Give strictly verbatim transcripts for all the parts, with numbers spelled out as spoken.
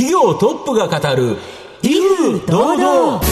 企業トップが語る威風堂々。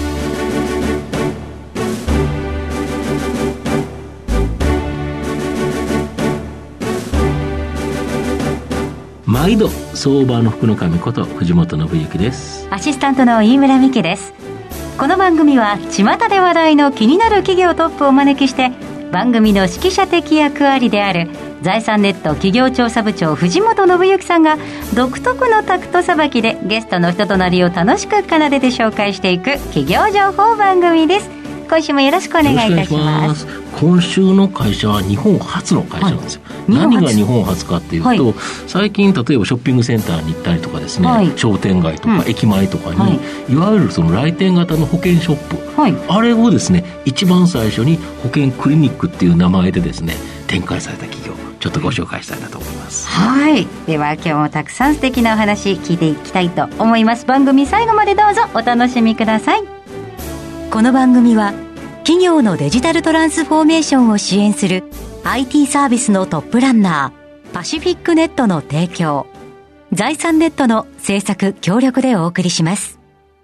毎度相場の福の神こと藤本信之です。 アシスタントの飯村美希です。この番組は巷で話題の気になる企業トップをお招きして、番組の指揮者的役割である財産ネット企業調査部長藤本信之さんが独特のタクトさばきでゲストの人となりを楽しく奏でて紹介していく企業情報番組です。今週もよろしくお願いいたします。 今週の会社は日本初の会社なんですよ、はい、何が日本初かっていうと、はい、最近例えばショッピングセンターに行ったりとかですね、はい、商店街とか駅前とかに、うんはい、いわゆるその来店型の保険ショップ、はい、あれをですね一番最初に保険クリニックっていう名前でですね展開された企業、ちょっとご紹介したいなと思います。 はい、では今日もたくさん素敵なお話聞いていきたいと思います。番組最後までどうぞお楽しみください。この番組は企業のデジタルトランスフォーメーションを支援する アイティー サービスのトップランナーパシフィックネットの提供、財産ネットの制作協力でお送りします。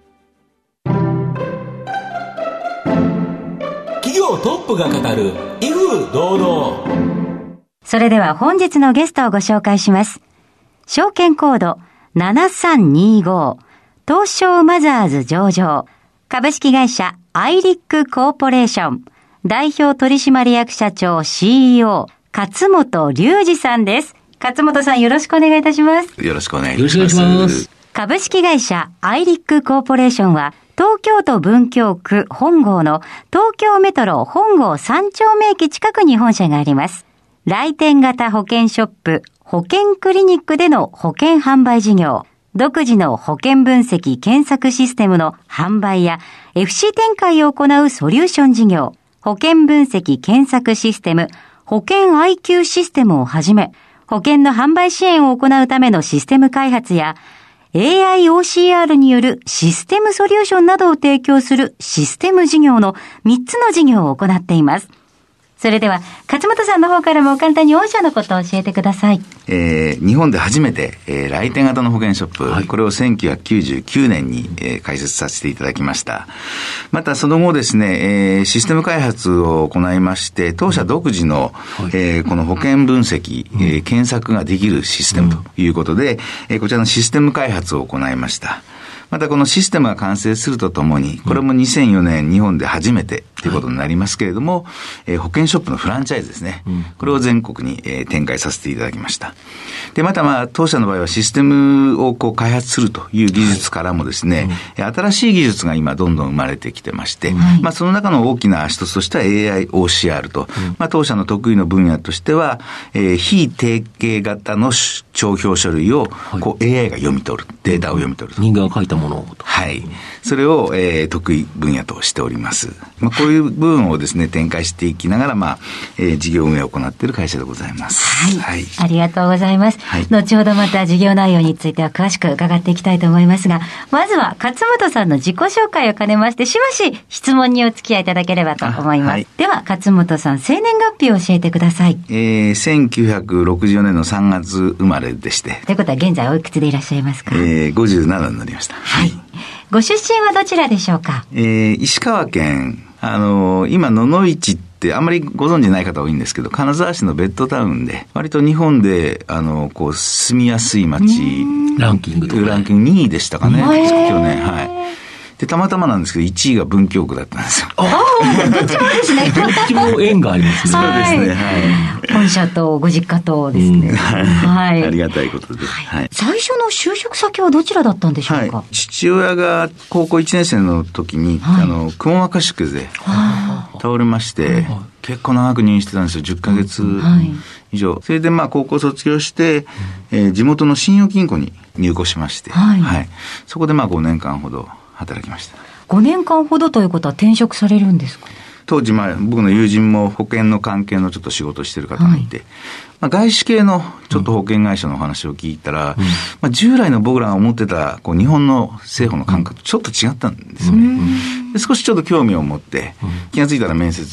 企業トップが語る威風堂々。 それでは本日のゲストをご紹介します。証券コードななさんにご東証マザーズ上場株式会社アイリックコーポレーション代表取締役社長 シーイーオー 勝本隆二さんです。勝本さん、よろしくお願いいたします。 よろしくお願いいたします。 株式会社アイリックコーポレーションは東京都文京区本郷の東京メトロ本郷三丁目駅近くに本社があります。来店型保険ショップ保険クリニックでの保険販売事業、独自の保険分析検索システムの販売や エフシー 展開を行うソリューション事業、保険分析検索システム、保険 アイキュー システムをはじめ、保険の販売支援を行うためのシステム開発や エーアイオーシーアール によるシステムソリューションなどを提供するシステム事業のみっつの事業を行っています。それでは勝本さんの方からも簡単に御社のことを教えてください。 えー、日本で初めて、えー、来店型の保険ショップ、はい、これをせんきゅうひゃくきゅうじゅうきゅうねんに、えー、開設させていただきました。またその後ですね、えー、システム開発を行いまして当社独自の、はい、えー、この保険分析、うん、えー、検索ができるシステムということで、うん、えー、こちらのシステム開発を行いました。またこのシステムが完成するとともに、これもにせんよねん日本で初めてということになりますけれども、えー、保険ショップのフランチャイズですね。これを全国に、えー、展開させていただきました。で、またまあ、当社の場合はシステムをこう開発するという技術からもですね、はい、新しい技術が今どんどん生まれてきてまして、はい、まあその中の大きな一つとしては エーアイオーシーアール と、うん、まあ当社の得意の分野としては、えー、非定型型の帳表書類をこう エーアイ が読み取る、データを読み取ると。 人間が書いたものをと。 はい。それを、えー、得意分野としております。まあこういう部分をですね、展開していきながら、まあ、えー、事業運営を行っている会社でございます。 はい。はい、ありがとうございます。はい、後ほどまた事業内容については詳しく伺っていきたいと思いますが、まずは勝本さんの自己紹介を兼ねまして、しばし質問にお付き合いいただければと思います。はい、では、勝本さん、生年月日を教えてください。 えー、せんきゅうひゃくろくじゅうよねんのさんがつ生まれでして。 ということは現在おいくつでいらっしゃいますか？ えー、ごじゅうななになりました。 はい。ご出身はどちらでしょうか？ えー、石川県、あのー、今、野々市ってあんまりご存じない方多いんですけど、金沢市のベッドタウンで、割と日本で、あのー、こう、住みやすい街。 ランキングとか、ね。 ランキングにいでしたかね。去年、はい。で、たまたまなんですけど、いちいが文京区だったんですよ。 ああ、どっちもですね。 どっちも縁がありますね。 そうですね。はい。 本社とご実家とですね。うん、 はい。ありがたいことで。はい。 最初の就職先はどちらだったんでしょうか？はい、 父親が高校いちねん生の時に、はい、あの、くも膜下出血で倒れまして、はい、結構長く入院してたんですよ。じゅっかげつ以上。はい、それでまあ高校卒業して、えー、地元の信用金庫に入庫しまして、はい。はい、そこでまあごねんかんほど働きました。 ごねんかんほどということは転職されるんですか？ 当時、まあ、僕の友人も保険の関係のちょっと仕事をしている方がいて、はい、まあ、外資系のちょっと保険会社のお話を聞いたら、うん、まあ、従来の僕らが思ってたこう日本の政府の感覚とちょっと違ったんですよね。うん、で少しちょっと興味を持って、気がついたら面接行っ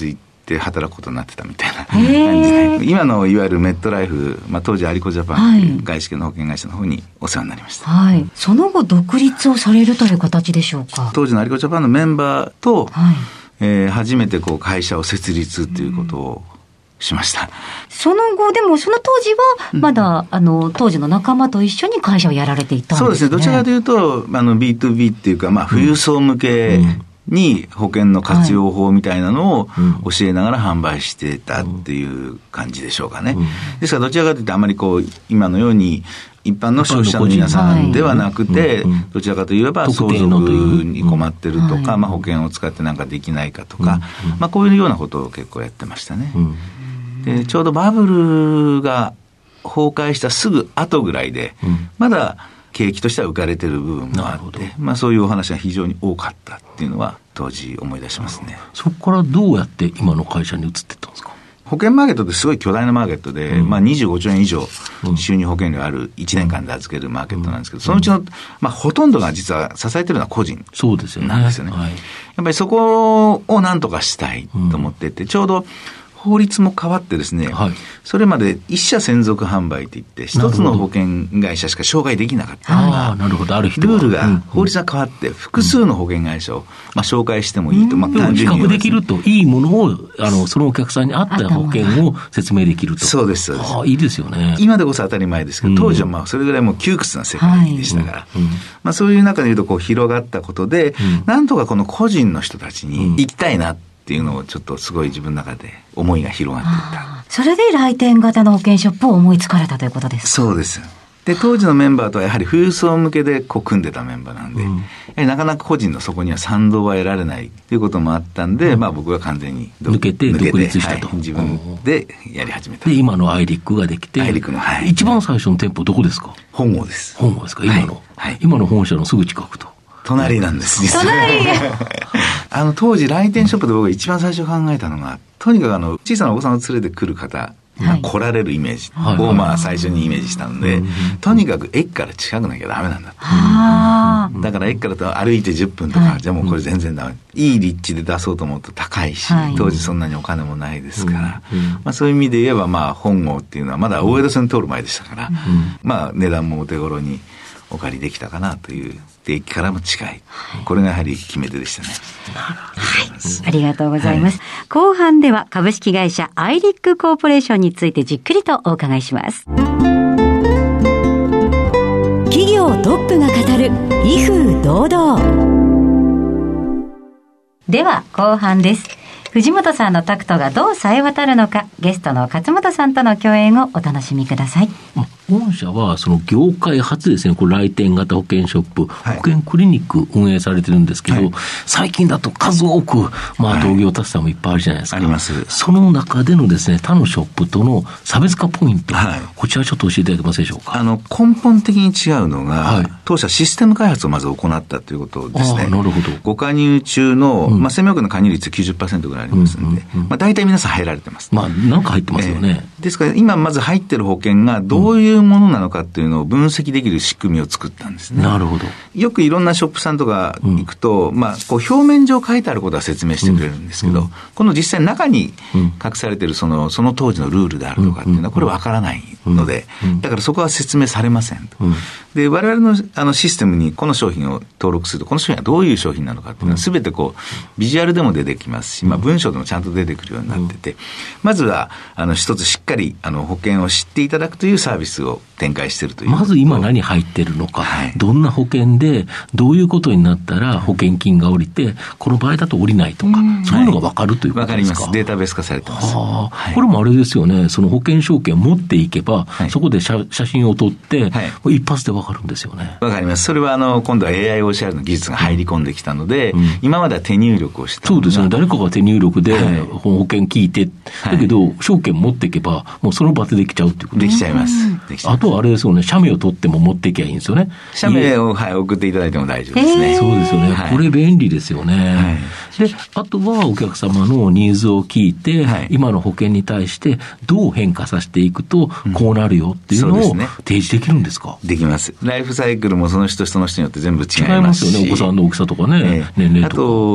って働くことになってたみたいな感じで、今のいわゆるメットライフ、まあ、当時アリコジャパンという外資系の保険会社の方にお世話になりました、 はい、その後独立をされるという形でしょうか。 当時のアリコジャパンのメンバーと、はい、えー、初めてこう会社を設立ということをしました。 その後でもその当時はまだ、うん、あの当時の仲間と一緒に会社をやられていたんですね。 そうですね、どちらかというとあの ビーツービー っていうか、まあ、富裕層向けに保険の活用法みたいなのを教えながら販売してたっていう感じでしょうかね、うん、ですからどちらかというとあまりこう今のように一般の消費者の皆さんではなくて、どちらかといえば相続に困ってるとか、まあ、保険を使って何かできないかとか、まあ、こういうようなことを結構やってましたね。でちょうどバブルが崩壊したすぐ後ぐらいで、まだ景気としては浮かれてる部分もあって、まあ、そういうお話が非常に多かったっていうのは当時思い出しますね。 そこからどうやって今の会社に移っていったんですか。 保険マーケットってすごい巨大なマーケットで、うん、まあ、にじゅうごちょうえん以上収入保険料あるいちねんかんで預けるマーケットなんですけど、そのうちの、まあ、ほとんどが実は支えてるのは個人なんですよね。そうですよね。はい、やっぱりそこをなんとかしたいと思ってて、うん、ちょうど法律も変わってですね、はい、それまで一社専属販売といって一つの保険会社しか紹介できなかったのが、 なるほど、ある人ルールが、法律が変わって複数の保険会社を、まあ、紹介してもいいと、まあ、単純に比較できると、いいものをあのそのお客さんに合った保険を説明できると。 そうですそうです。 あ、いいですよね。 今でこそ当たり前ですけど、当時はまあそれぐらいもう窮屈な世界でしたから、はい、まあ、そういう中でいうとこう広がったことで、うん、なんとかこの個人の人たちに行きたいなっていうのをちょっとすごい自分の中で思いが広がっていった。 それで来店型の保険ショップを思いつかれたということですか。 そうです。で当時のメンバーとはやはり富裕層向けでこう組んでたメンバーなんで、うん、やはりなかなか個人のそこには賛同は得られないということもあったんで、うん、まあ、僕は完全に抜けて独立したと、 はい、自分でやり始めた。 で今のアイリックができて、 アイリックの、はい、 一番最初の店舗どこですか。 本郷です。 本郷ですか。今の、はいはい、今の本社のすぐ近くと。 隣なんです実は。あの当時来店ショップで僕が一番最初考えたのが、とにかくあの小さなお子さんを連れてくる方、まあ、来られるイメージをまあ最初にイメージしたので、はいはい、とにかく駅から近くなきゃダメなんだと。だから駅からと歩いてじゅっぷんとか、はい、じゃあもうこれ全然ダメ、いい立地で出そうと思うと高いし、はい、当時そんなにお金もないですから、まあ、そういう意味で言えばまあ本郷っていうのはまだ大江戸線通る前でしたから、まあ値段もお手頃にお借りできたかなという。で駅からも近い、これがやはり決め手でしたね。 はい、ありがとうございます、はい、後半では株式会社アイリックコーポレーションについてじっくりとお伺いします。企業トップが語る威風堂々。では後半です。藤本さんのタクトがどう冴え渡るのか、ゲストの勝本さんとの共演をお楽しみください。 本社はその業界初ですね、これ来店型保険ショップ、はい、保険クリニック運営されてるんですけど、はい、最近だと数多く、まあ、同業他社もいっぱいあるじゃないですか、 はい、あります。 その中でのですね、他のショップとの差別化ポイント、はい、こちらちょっと教えていただけますでしょうか。 あの根本的に違うのが、はい、当社システム開発をまず行ったということですね。 なるほど。 ご加入中の、うん、まあ、生命保険の加入率 きゅうじゅっパーセント ぐらいありますので、うんうんうん、まあ、大体皆さん入られてます。 まあ、なんか入ってますよね、 えー、ですから今まず入ってる保険がどういうものなのかっていうのを分析できる仕組みを作ったんですね。 なるほど。 よくいろんなショップさんとか行くと、うん、まあ、こう表面上書いてあることは説明してくれるんですけど、うん、この実際中に隠されているその、その当時のルールであるとかっていうのはこれわからないので、だからそこは説明されませんと、うん、で我々の、あのシステムにこの商品を登録すると、この商品はどういう商品なのかっていうのは全てこうビジュアルでも出てきますし、まあ、文章でもちゃんと出てくるようになってて、まずはあの一つしっかりあの保険を知っていただくというサービスを展開しているという。 まず今何入ってるのか、はい、どんな保険でどういうことになったら保険金が下りて、この場合だと下りないとか、そういうのが分かるということですか。 分かります。データベース化されてます。 はい、これもあれですよね、その保険証券を持っていけば、はい、そこで 写, 写真を撮って、はい、一発で分かるんですよね。 分かります。それはあの今度は エーアイオーシーアール の技術が入り込んできたので、うん、今までは手入力をしたそうですね、誰かが手入力で保険聞いて、はい、だけど証券持っていけばもうその場でできちゃうっていうことできちゃいます。できちゃいます。 あとはあれですよね、写メを取っても持っていけばいいんですよね。 写メを、はい、送っていただいても大丈夫ですね。 そうですよね、はい、これ便利ですよね、はい、であとはお客様のニーズを聞いて、はい、今の保険に対してどう変化させていくとこうなるよっていうのを提示できるんですか。 できます。ライフサイクルもその人その人によって全部違いますし。 違いますよね、お子さんの大きさとかね、 えー、年齢とか。あと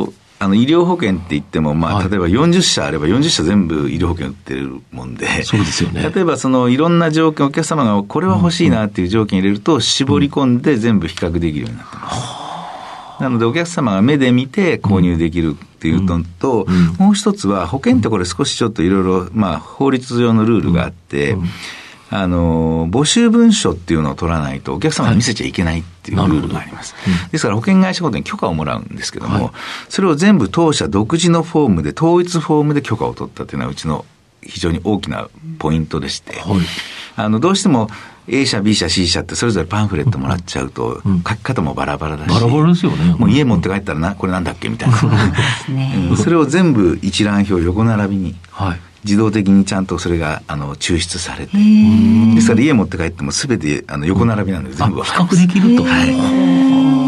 あの医療保険って言っても、まあ、例えばよんじゅっしゃあればよんじゅっしゃ全部医療保険売ってるもんで、 そうですよね。 例えばそのいろんな条件、お客様がこれは欲しいなっていう条件入れると絞り込んで全部比較できるようになってます。なのでお客様が目で見て購入できるっていうのと、うんうん、もう一つは保険ってこれ少しちょっといろいろまあ法律上のルールがあって、うんうん、あの募集文書っていうのを取らないとお客様に見せちゃいけないっていうルールがあります、はい、ですから保険会社ごとに許可をもらうんですけども、はい、それを全部当社独自のフォームで統一フォームで許可を取ったっていうのはうちの非常に大きなポイントでして、はい、あのどうしてもA 社 B 社 C 社ってそれぞれパンフレットもらっちゃうと、うん、書き方もバラバラだし、 バラバラですよね。 もう家持って帰ったらなこれなんだっけみたいなうん、それを全部一覧表横並びに、はい、自動的にちゃんとそれがあの抽出されて、ですから家持って帰っても全てあの横並びなんで全部分かります。 比較できると、はい、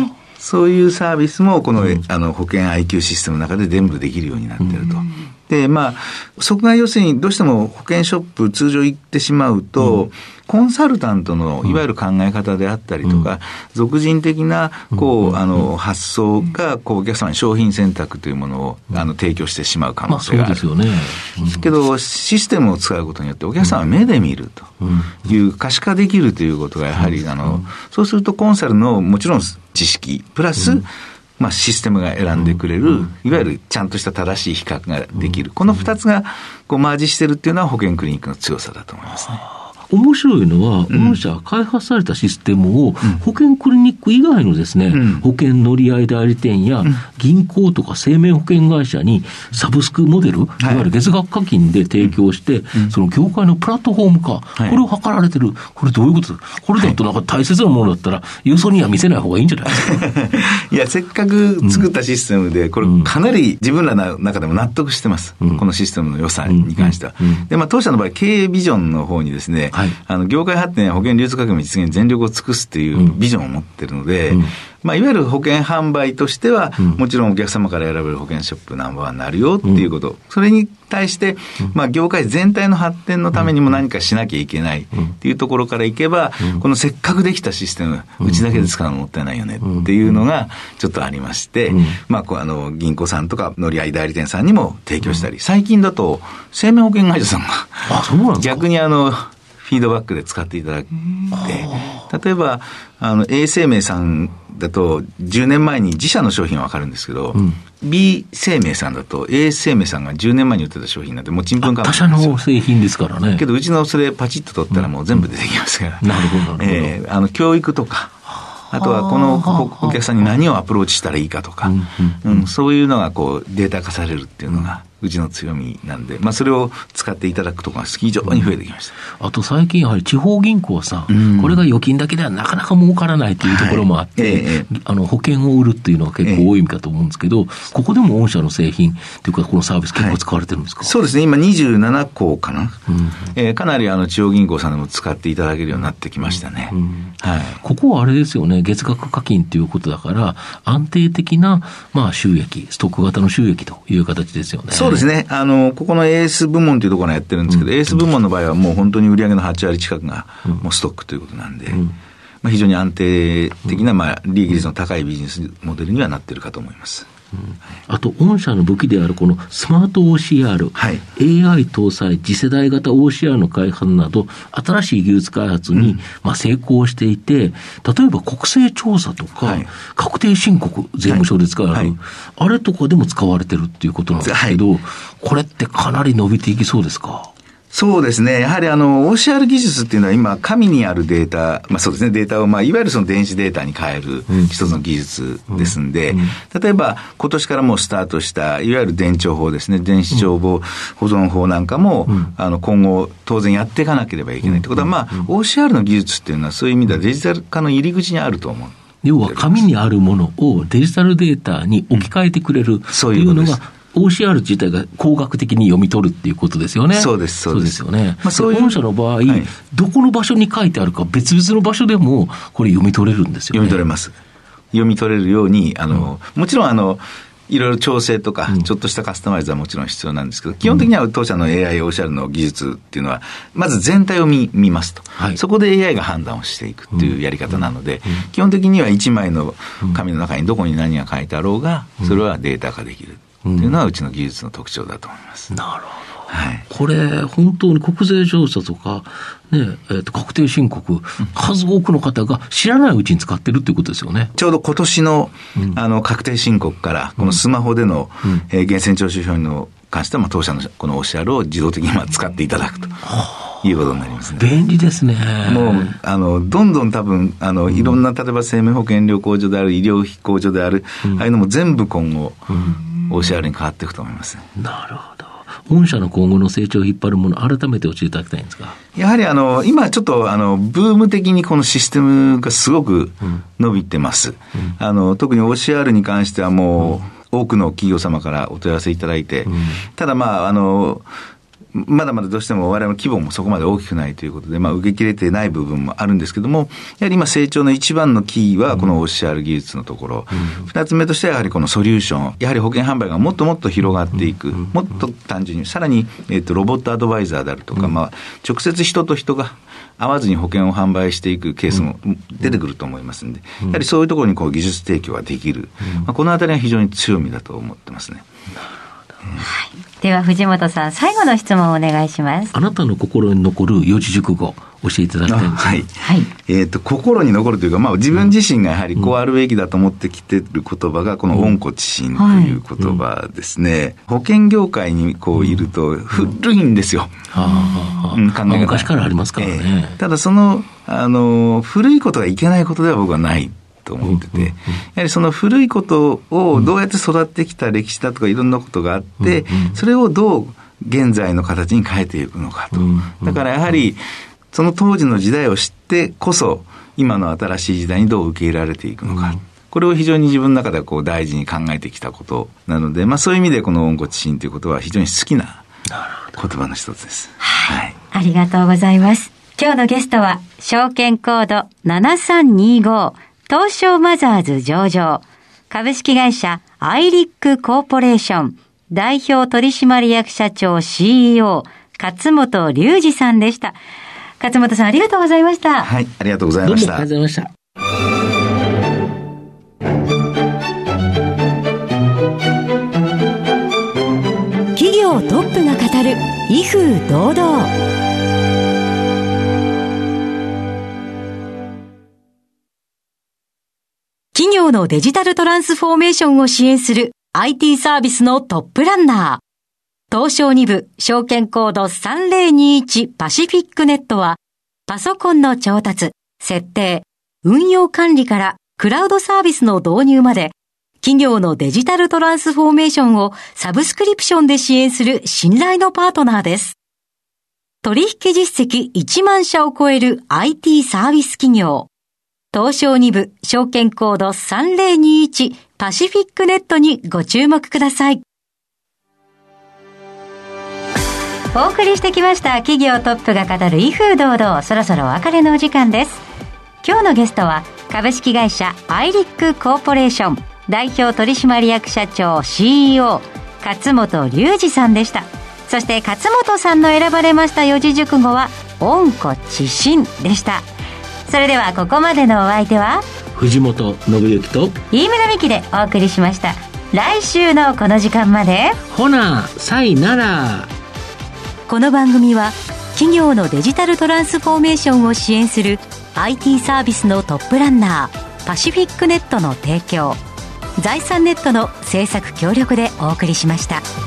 そういうサービスもこの、うん、あの保険 アイキュー システムの中で全部できるようになっていると。でまあそこが要するにどうしても保険ショップ通常行ってしまうと、うん、コンサルタントのいわゆる考え方であったりとか、うん、俗人的なこう、うん、あの発想がこうお客様に商品選択というものをあの提供してしまう可能性がある、まあ、そうですよね、うん、けどシステムを使うことによってお客様は目で見るという可視化できるということがやはり、うん、あのそうするとコンサルのもちろん知識プラス、うんまあ、システムが選んでくれる、うん、いわゆるちゃんとした正しい比較ができる、うん、このふたつがこうマージしてるっていうのは保険クリニックの強さだと思いますね。 面白いのは、御社開発されたシステムを保険クリニック以外のですね、うん、保険乗り合い代理店や銀行とか生命保険会社にサブスクモデル、いわゆる月額課金で提供して、うん、その業界のプラットフォーム化、はい、これを図られてる。これどういうことですか？これだとなんか大切なものだったら、よそには見せない方がいいんじゃないですか？ いや、せっかく作ったシステムで、これかなり自分らの中でも納得してます。うん、このシステムの良さに関しては。うんうん、で、まあ、当社の場合、経営ビジョンの方にですね、はい、あの業界発展や保険流通革命実現に全力を尽くすっていうビジョンを持っているので、うんまあ、いわゆる保険販売としては、うん、もちろんお客様から選べる保険ショップナンバーワンになるよっていうこと、うん、それに対して、まあ、業界全体の発展のためにも何かしなきゃいけないっていうところからいけば、うん、このせっかくできたシステム、うちだけで使うのもったいないよねっていうのがちょっとありまして、うんまあ、こうあの銀行さんとか乗り合い代理店さんにも提供したり、最近だと生命保険会社さんがあそうなんですか逆にあのフィードバックで使っていただいて、例えばあの A 生命さんだとじゅうねんまえに自社の商品は分かるんですけど、うん、B 生命さんだと A 生命さんがじゅうねんまえに売ってた商品なんてもうちんぷんかんぷん他社の製品ですからね。 けどうちのそれパチッと取ったらもう全部出てきますから、 うん、なるほどなるほど、 えー、あの教育とかあとはこのお客さんに何をアプローチしたらいいかとか、うんうんうん、そういうのがこうデータ化されるっていうのがうちの強みなんで、まあ、それを使っていただくところが非常に増えてきました、 うん、あと最近やはり地方銀行はさ、うん、これが預金だけではなかなか儲からないというところもあって、はいえー、あの保険を売るっていうのは結構多い意味かと思うんですけど、えー、ここでも御社の製品というかこのサービス結構使われてるんですか？ はい、そうですね、今にじゅうななこうかな、うんえー、かなりあの地方銀行さんでも使っていただけるようになってきましたね、うんはい、 ここはあれですよね、月額課金ということだから安定的な、まあ、収益、ストック型の収益という形ですよね。 そうですね、あのここの エーエス 部門というところがやってるんですけど、うん、エーエス 部門の場合はもう本当に売上のはちわり近くがもうストックということなんで、うんまあ、非常に安定的な、まあ、利益率の高いビジネスモデルにはなっているかと思います。 うん、あと御社の武器であるこのスマート オーシーアール、はい、エーアイ 搭載次世代型 オーシーアール の開発など新しい技術開発に、うんまあ、成功していて、例えば国勢調査とか、はい、確定申告税務署で使われる、はい、あれとかでも使われてるっていうことなんですけど、はい、これってかなり伸びていきそうですか？ そうですね。やはりあの オーシーアール 技術っていうのは今紙にあるデータ、まあそうですね、データをまあいわゆるその電子データに変える一つの技術ですんで、うんうん、例えば今年からもうスタートしたいわゆる電帳法ですね、電子帳簿保存法なんかも、うん、あの今後当然やっていかなければいけないってことは、まあ オーシーアール の技術っていうのはそういう意味ではデジタル化の入り口にあると思う。 要は紙にあるものをデジタルデータに置き換えてくれるというのが、オーシーアール 自体が工学的に読み取るっていうことですよね。 そうです、そうです。 そうですよね。まあ、そういう御社の場合、はい、どこの場所に書いてあるか別々の場所でもこれ読み取れるんですよね。 読み取れます。読み取れるように、あの、うん、もちろんあの、 いろいろ調整とか、ちょっとしたカスタマイズはもちろん必要なんですけど、基本的には当社の エーアイ オーシャルの技術っていうのは、まず全体を 見, 見ますと、はい、そこで エーアイ が判断をしていくっていうやり方なので、基本的にはいちまいの紙の中にどこに何が書いてあろうが、それはデータ化できるっていうのはうちの技術の特徴だと思います。 なるほど。 はい、 これ本当に国税調査とか、ねえー、と確定申告、数多くの方が知らないうちに使ってるっていうことですよね。 ちょうど今年 の,、うん、あの確定申告からこのスマホでの、うん、えー、源泉徴収票に関しては、まあ、当社のこのオーシャルを自動的にまあ使っていただくということになりますね。 便利ですね。 もうあのどんどん多分あの、うん、いろんな例えば生命保険料控除である、医療費控除である、うん、ああいうのも全部今後、うん、オーシャルに変わっていくと思いますね。 なるほど。御社の今後の成長を引っ張るもの、改めて教えていただきたいんですが。 やはりあの今ちょっとあのブーム的にこのシステムがすごく伸びてます、うん、あの特に オーシーアール に関してはもう多くの企業様からお問い合わせいただいて、うん、ただまああのまだまだどうしても我々の規模もそこまで大きくないということで、まあ、受け切れてない部分もあるんですけども、やはり今成長の一番のキーはこの オーシーアール 技術のところ、うん、二つ目としてはやはりこのソリューション、やはり保険販売がもっともっと広がっていく、うん、もっと単純にさらに、えーと、ロボットアドバイザーであるとか、うん、まあ、直接人と人が会わずに保険を販売していくケースも出てくると思いますので、やはりそういうところにこう技術提供ができる、うん、まあ、このあたりは非常に強みだと思ってますね。 はい、では藤本さん、最後の質問をお願いします。 あなたの心に残る四字熟語教えていただきたいんです。 はい、はい、えーと、心に残るというか、まあ、自分自身がやはりこうあるべきだと思ってきている言葉がこの温故知新という言葉ですね、はい、保険業界にこういると古いんですよ、うん、考え方昔からありますからね、 えー、ただその、あの古いことがいけないことでは僕はないと思ってて、やはりその古いことをどうやって育ってきた歴史だとかいろんなことがあって、それをどう現在の形に変えていくのかと。だからやはりその当時の時代を知ってこそ今の新しい時代にどう受け入れられていくのか、これを非常に自分の中でこう大事に考えてきたことなので、まあ、そういう意味でこの温故知新ということは非常に好きな言葉の一つです。 はい、ありがとうございます。今日のゲストは証券コードななさんにご東証マザーズ上場株式会社アイリックコーポレーション代表取締役社長 シーイーオー 勝本隆二さんでした。勝本さん、ありがとうございました。 はい、ありがとうございました。 どうもありがとうございました。 企業トップが語る威風堂々。企業のデジタルトランスフォーメーションを支援する アイティー サービスのトップランナー。東証に部証券コードさんぜろにいちパシフィックネットはパソコンの調達、設定、運用管理からクラウドサービスの導入まで企業のデジタルトランスフォーメーションをサブスクリプションで支援する信頼のパートナーです。取引実績いちまん社を超える アイティー サービス企業。東証に部証券コードさんぜろにいちパシフィックネットにご注目ください。お送りしてきました企業トップが語る威風堂々、そろそろお別れのお時間です。今日のゲストは株式会社アイリックコーポレーション代表取締役社長 シーイーオー 勝本隆二さんでした。そして勝本さんの選ばれました四字熟語は温故知新でした。それではここまでのお相手は藤本信之と飯村美希でお送りしました。来週のこの時間までほなさいなら。 この番組は企業のデジタルトランスフォーメーションを支援する アイティー サービスのトップランナーパシフィックネットの提供、財産ネットの制作協力でお送りしました。